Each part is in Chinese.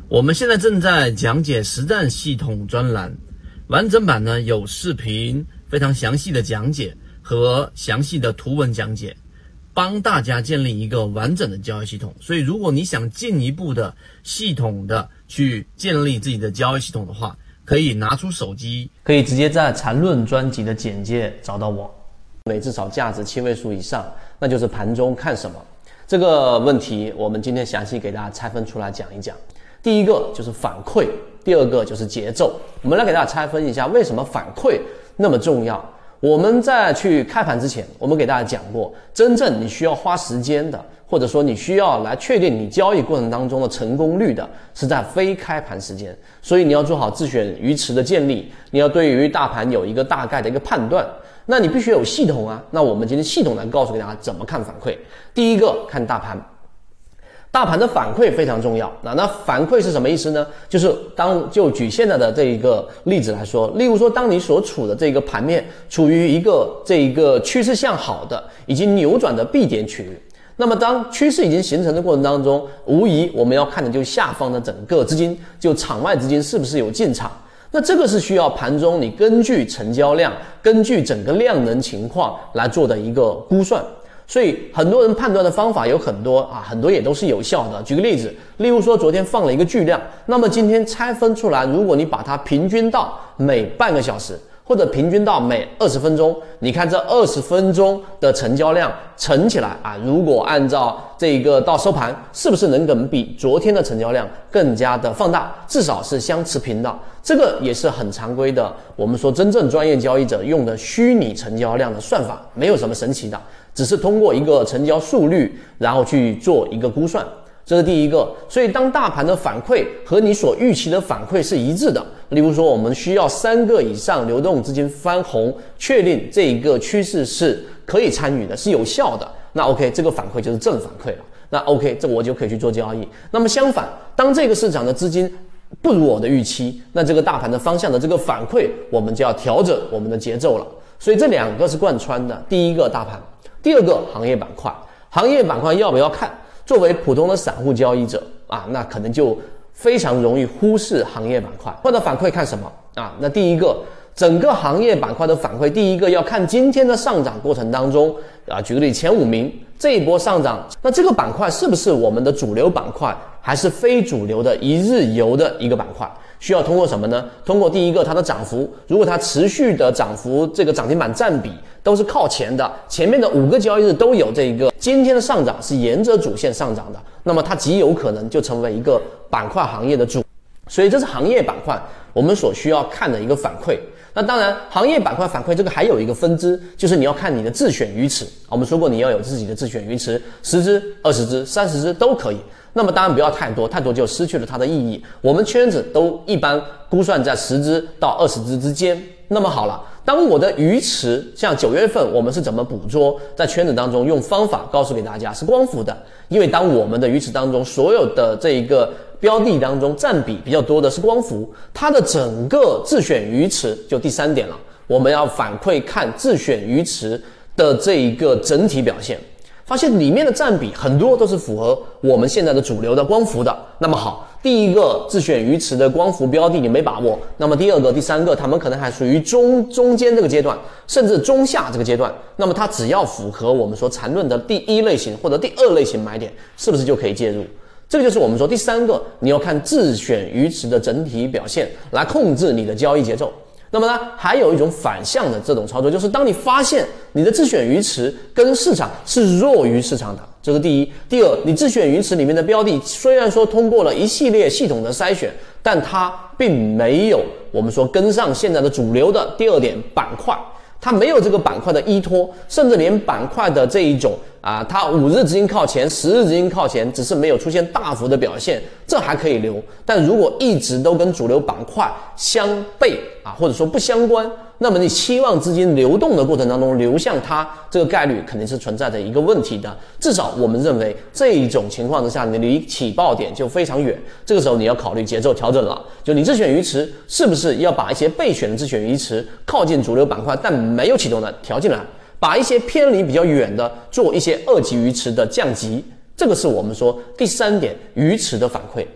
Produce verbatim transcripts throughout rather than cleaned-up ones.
我们现在正在讲解实战系统专栏，完整版呢有视频非常详细的讲解和详细的图文讲解，帮大家建立一个完整的交易系统。所以如果你想进一步的系统的去建立自己的交易系统的话，可以拿出手机， 可以直接在缠论专辑的简介找到我。每至少价值七位数以上，那就是盘中看什么这个问题，我们今天详细给大家拆分出来讲一讲。第一个就是反馈，第二个就是节奏。我们来给大家拆分一下为什么反馈那么重要。我们在去开盘之前，我们给大家讲过，真正你需要花时间的，或者说你需要来确定你交易过程当中的成功率的，是在非开盘时间。所以你要做好自选鱼池的建立，你要对于大盘有一个大概的一个判断，那你必须有系统啊。那我们今天系统来告诉给大家怎么看反馈。第一个，看大盘。大盘的反馈非常重要。那那反馈是什么意思呢？就是当就举现在的这一个例子来说，例如说当你所处的这个盘面处于一个这一个趋势向好的已经扭转的 B 点区域，那么当趋势已经形成的过程当中，无疑我们要看的就是下方的整个资金，就场外资金是不是有进场。那这个是需要盘中你根据成交量，根据整个量能情况来做的一个估算。所以很多人判断的方法有很多啊，很多也都是有效的。举个例子，例如说昨天放了一个巨量，那么今天拆分出来，如果你把它平均到每半个小时，或者平均到每二十分钟，你看这二十分钟的成交量乘起来啊，如果按照这个到收盘，是不是能够比昨天的成交量更加的放大，至少是相持平的。这个也是很常规的，我们说真正专业交易者用的虚拟成交量的算法，没有什么神奇的，只是通过一个成交速率，然后去做一个估算。这是第一个。所以当大盘的反馈和你所预期的反馈是一致的，例如说我们需要三个以上流动资金翻红，确定这一个趋势是可以参与的，是有效的，那 OK， 这个反馈就是正反馈了。那 OK， 这我就可以去做交易。那么相反，当这个市场的资金不如我的预期，那这个大盘的方向的这个反馈，我们就要调整我们的节奏了。所以这两个是贯穿的，第一个大盘，第二个行业板块。行业板块要不要看？作为普通的散户交易者啊，那可能就非常容易忽视行业板块。或者反馈看什么啊？那第一个，整个行业板块的反馈，第一个要看今天的上涨过程当中啊，举个例，前五名这一波上涨，那这个板块是不是我们的主流板块，还是非主流的一日游的一个板块？需要通过什么呢？通过第一个它的涨幅，如果它持续的涨幅，这个涨停板占比都是靠前的，前面的五个交易日都有这个今天的上涨是沿着主线上涨的，那么它极有可能就成为一个板块行业的主。所以这是行业板块我们所需要看的一个反馈。那当然行业板块反馈这个还有一个分支，就是你要看你的自选鱼池。我们说过你要有自己的自选鱼池，十只、二十只、三十只都可以。那么当然不要太多，太多就失去了它的意义。我们圈子都一般估算在十只到二十只之间。那么好了，当我的鱼池像九月份我们是怎么捕捉，在圈子当中用方法告诉给大家是光伏的，因为当我们的鱼池当中所有的这一个标的当中占比比较多的是光伏，它的整个自选鱼池就第三点了，我们要反馈看自选鱼池的这一个整体表现，发现里面的占比很多都是符合我们现在的主流的光伏的。那么好，第一个自选鱼池的光伏标的你没把握，那么第二个第三个他们可能还属于中中间这个阶段，甚至中下这个阶段，那么它只要符合我们说缠论的第一类型或者第二类型买点，是不是就可以介入？这个就是我们说第三个，你要看自选鱼池的整体表现来控制你的交易节奏。那么呢，还有一种反向的这种操作，就是当你发现你的自选鱼池跟市场是弱于市场的，这是第一。第二，你自选鱼池里面的标的虽然说通过了一系列系统的筛选，但它并没有我们说跟上现在的主流的第二点板块，它没有这个板块的依托，甚至连板块的这一种啊，它五日资金靠前，十日资金靠前，只是没有出现大幅的表现，这还可以留。但如果一直都跟主流板块相悖啊，或者说不相关，那么你期望资金流动的过程当中流向它，这个概率肯定是存在着一个问题的。至少我们认为这一种情况之下，你离起爆点就非常远。这个时候你要考虑节奏调整了，就你自选鱼池是不是要把一些备选的自选鱼池靠近主流板块但没有启动的调进来，把一些偏离比较远的做一些二级鱼池的降级。这个是我们说第三点鱼池的反馈。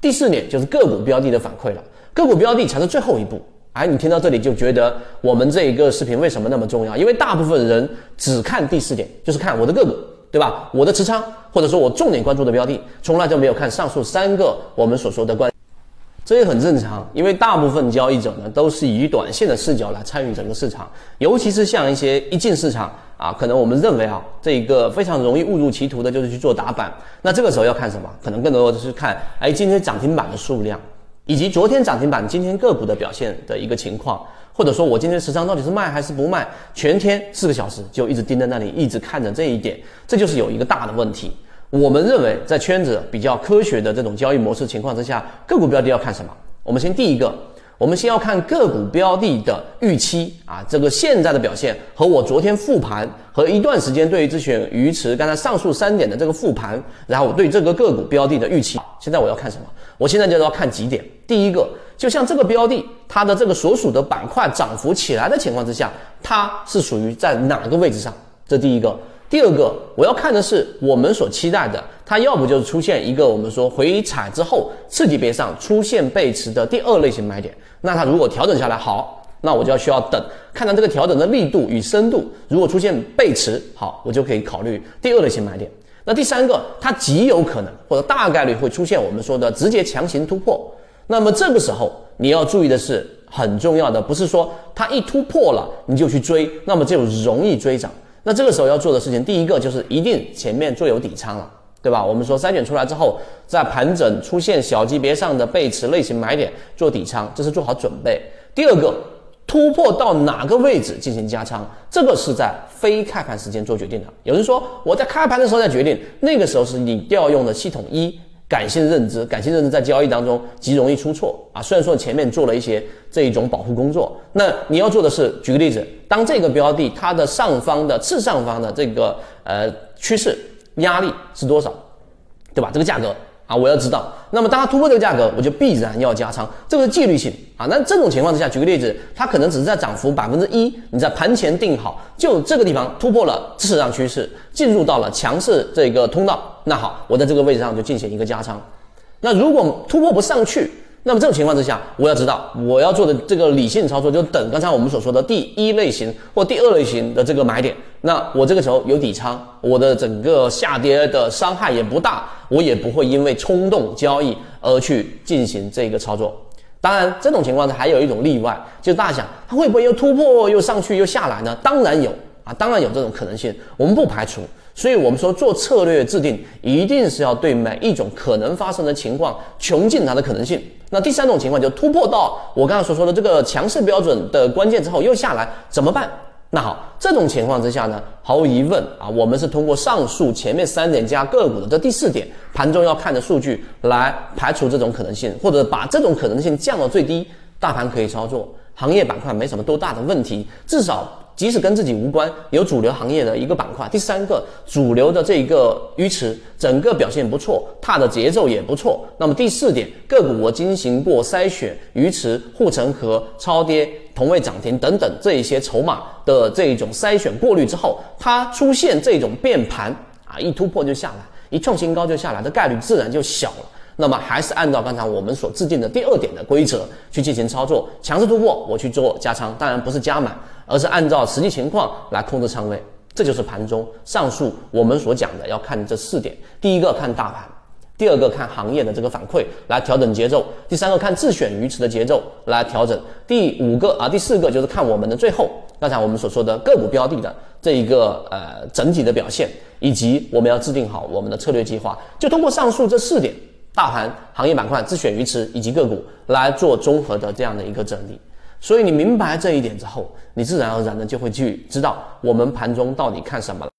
第四点就是个股标的的反馈了，个股标的才是最后一步。哎，你听到这里就觉得我们这一个视频为什么那么重要？因为大部分人只看第四点，就是看我的个股，对吧？我的持仓，或者说我重点关注的标的，从来就没有看上述三个我们所说的关。这也很正常，因为大部分交易者呢都是以短线的视角来参与整个市场，尤其是像一些一进市场啊，可能我们认为啊，这个非常容易误入歧途的就是去做打板。那这个时候要看什么？可能更多的是看，哎，今天涨停板的数量，以及昨天涨停板今天个股的表现的一个情况，或者说我今天持仓到底是卖还是不卖，全天四个小时就一直盯在那里，一直看着这一点，这就是有一个大的问题。我们认为在圈子比较科学的这种交易模式情况之下，个股标的要看什么？我们先第一个，我们先要看个股标的的预期啊，这个现在的表现和我昨天复盘和一段时间对于自选鱼池刚才上述三点的这个复盘，然后我对这个个股标的的预期，现在我要看什么？我现在就要看几点。第一个，就像这个标的它的这个所属的板块涨幅起来的情况之下，它是属于在哪个位置上？这第一个。第二个，我要看的是我们所期待的，它要不就是出现一个我们说回踩之后次级别上出现背驰的第二类型买点，那它如果调整下来好，那我就要需要等，看它这个调整的力度与深度，如果出现背驰，好，我就可以考虑第二类型买点。那第三个，它极有可能或者大概率会出现我们说的直接强行突破，那么这个时候你要注意的是，很重要的不是说它一突破了你就去追，那么就容易追涨。那这个时候要做的事情，第一个就是一定前面做有底仓了，对吧？我们说筛选出来之后，在盘整出现小级别上的背驰类型买点做底仓，这是做好准备。第二个，突破到哪个位置进行加仓，这个是在非开盘时间做决定的。有人说我在开盘的时候再决定，那个时候是你调用的系统一感性认知，感性认知在交易当中极容易出错啊。虽然说前面做了一些这一种保护工作，那你要做的是，举个例子，当这个标的它的上方的次上方的这个呃趋势压力是多少，对吧？这个价格啊，我要知道。那么当它突破这个价格，我就必然要加仓，这个是纪律性啊。那这种情况之下，举个例子，它可能只是在涨幅百分之一，你在盘前定好，就这个地方突破了次上趋势，进入到了强势这个通道，那好，我在这个位置上就进行一个加仓。那如果突破不上去，那么这种情况之下，我要知道我要做的这个理性操作，就等刚才我们所说的第一类型或第二类型的这个买点。那我这个时候有底仓，我的整个下跌的伤害也不大，我也不会因为冲动交易而去进行这个操作。当然，这种情况还有一种例外，就是大家想它会不会又突破又上去又下来呢？当然有啊，当然有这种可能性，我们不排除。所以我们说做策略制定一定是要对每一种可能发生的情况穷尽它的可能性。那第三种情况就突破到我刚才所说的这个强势标准的关键之后又下来怎么办？那好，这种情况之下呢，毫无疑问啊，我们是通过上述前面三点加个股的这第四点盘中要看的数据来排除这种可能性，或者把这种可能性降到最低，大盘可以操作，行业板块没什么多大的问题，至少即使跟自己无关，有主流行业的一个板块。第三个，主流的这个鱼池整个表现不错，踏的节奏也不错。那么第四点，个股我进行过筛选，鱼池、护城河、超跌、同位涨停等等这一些筹码的这种筛选过滤之后，它出现这种变盘啊，一突破就下来，一创新高就下来，的概率自然就小了。那么还是按照刚才我们所制定的第二点的规则去进行操作，强势突破我去做加仓，当然不是加满，而是按照实际情况来控制仓位。这就是盘中上述我们所讲的要看这四点：第一个看大盘，第二个看行业的这个反馈来调整节奏，第三个看自选鱼池的节奏来调整，第五个啊第四个就是看我们的最后刚才我们所说的个股标的的这一个呃整体的表现，以及我们要制定好我们的策略计划，就通过上述这四点。大盘、行业板块、自选鱼池以及个股来做综合的这样的一个整理。所以你明白这一点之后，你自然而然的就会去知道我们盘中到底看什么了。